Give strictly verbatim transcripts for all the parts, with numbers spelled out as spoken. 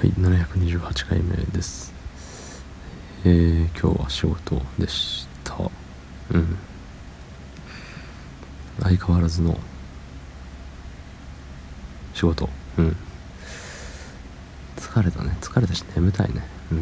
はい、ななひゃくにじゅうはちかいめです。えー、今日は仕事でした。うん。相変わらずの仕事。うん。疲れたね。疲れたし眠たいね。うん。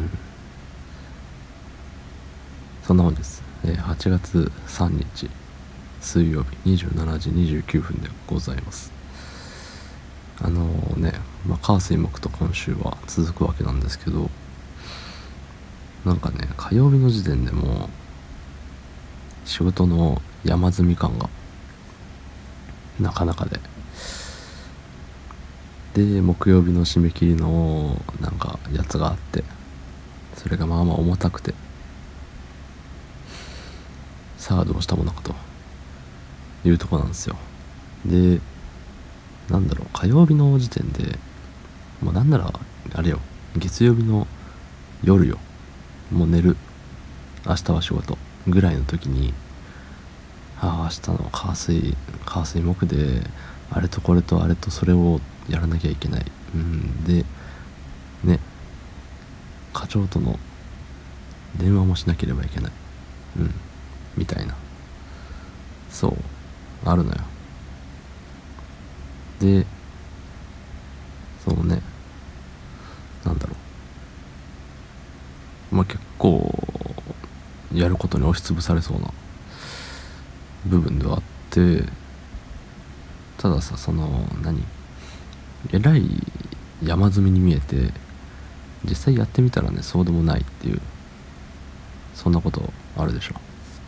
そんなもんです。えー、はちがつさんにち水曜日にじゅうしちじにじゅうきゅうふんでございます。あのー、ね、まあ、火水木と今週は続くわけなんですけど、なんかね、火曜日の時点でも仕事の山積み感がなかなかで、で木曜日の締め切りのなんかやつがあって、それがまあまあ重たくて、さあどうしたものかというとこなんですよ。で、なんだろう、火曜日の時点でもうなんならあれよ、月曜日の夜よ、もう寝る、明日は仕事ぐらいの時に、ああ明日の火水火水木であれとこれとあれとそれをやらなきゃいけない、うんでね、課長との電話もしなければいけない、うんみたいな、そうあるのよ。で、そうね、なんだろう、まあ結構やることに押しつぶされそうな部分ではあって、たださ、その何えらい山積みに見えて、実際やってみたらね、そうでもないっていう、そんなことあるでしょ。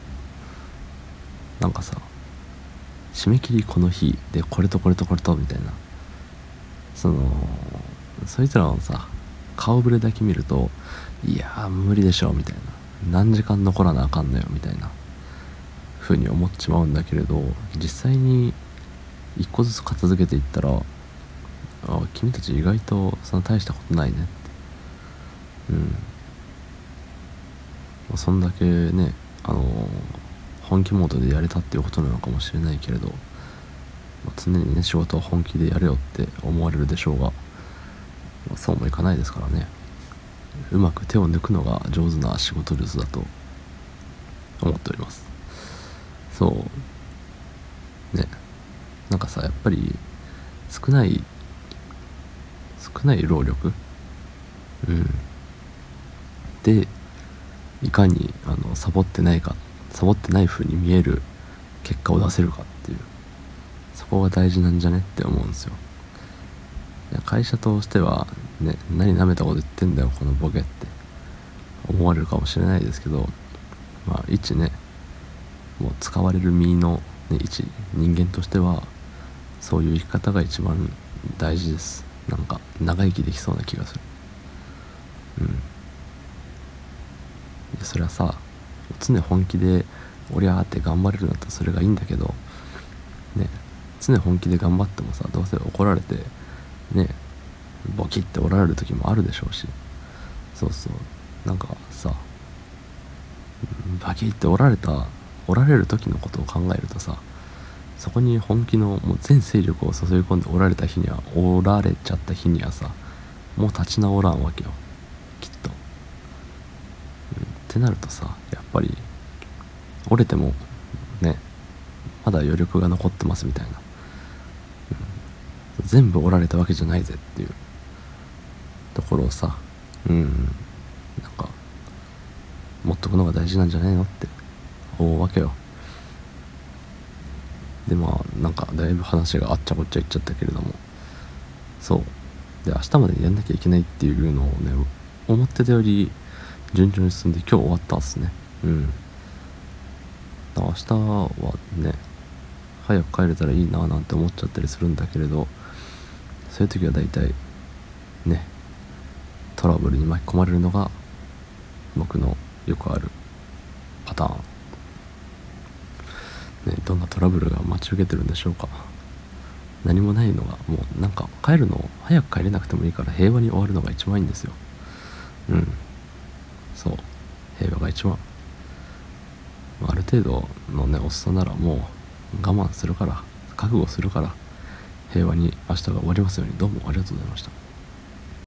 なんかさ、締め切りこの日でこれとこれとこれとみたいな、そのそいつらのさ顔ぶれだけ見ると、いやー無理でしょみたいな、何時間残らなあかんのよみたいな風に思っちまうんだけれど、実際に一個ずつ片付けていったら、あ、君たち意外とそんな大したことないねって、うん、まあ、そんだけね、あのー、本気モードでやれたっていうことなのかもしれないけれど、まあ、常にね仕事は本気でやれよって思われるでしょうが、まあ、そうもいかないですからね。うまく手を抜くのが上手な仕事術だと思っております。そうね、なんかさ、やっぱり少ない少ない労力、うんでいかにあのサボってないかサボってない風に見える結果を出せるかっていう、そこが大事なんじゃねって思うんですよ。いや、会社としてはね、何舐めたこと言ってんだよこのボケって思われるかもしれないですけど、まあ一ね、もう使われる身の、ね、一人間としてはそういう生き方が一番大事です。なんか長生きできそうな気がする。うんそれはさ、常本気で俺はって頑張れるんだったらそれがいいんだけどね、常本気で頑張ってもさ、どうせ怒られてね、ボキっておられる時もあるでしょうし、そうそう、なんかさ、バキっておられたおられる時のことを考えるとさ、そこに本気のもう全勢力を注い込んでおられた日にはおられちゃった日にはさ、もう立ち直らんわけよきっと、うん、ってなるとさ、やっぱり折れてもね、まだ余力が残ってますみたいな、うん、全部折られたわけじゃないぜっていうところをさ、うんなんか持っとくのが大事なんじゃないのって思うわけよ。でまあなんかだいぶ話があっちゃこっちゃいっちゃったけれども、そうで明日までにやんなきゃいけないっていうのをね、思ってたより順調に進んで今日終わったっすね。うんだから明日はね、早く帰れたらいいななんて思っちゃったりするんだけれど、そういう時は大体ね、トラブルに巻き込まれるのが僕のよくあるパターン、ね、どんなトラブルが待ち受けてるんでしょうか。何もないのがもうなんか帰るの早く帰れなくてもいいから平和に終わるのが一番いいんですよ。うんそう、平和が一番。ある程度のねおっさんならもう我慢するから、覚悟するから、平和に明日が終わりますように。どうもありがとうございました。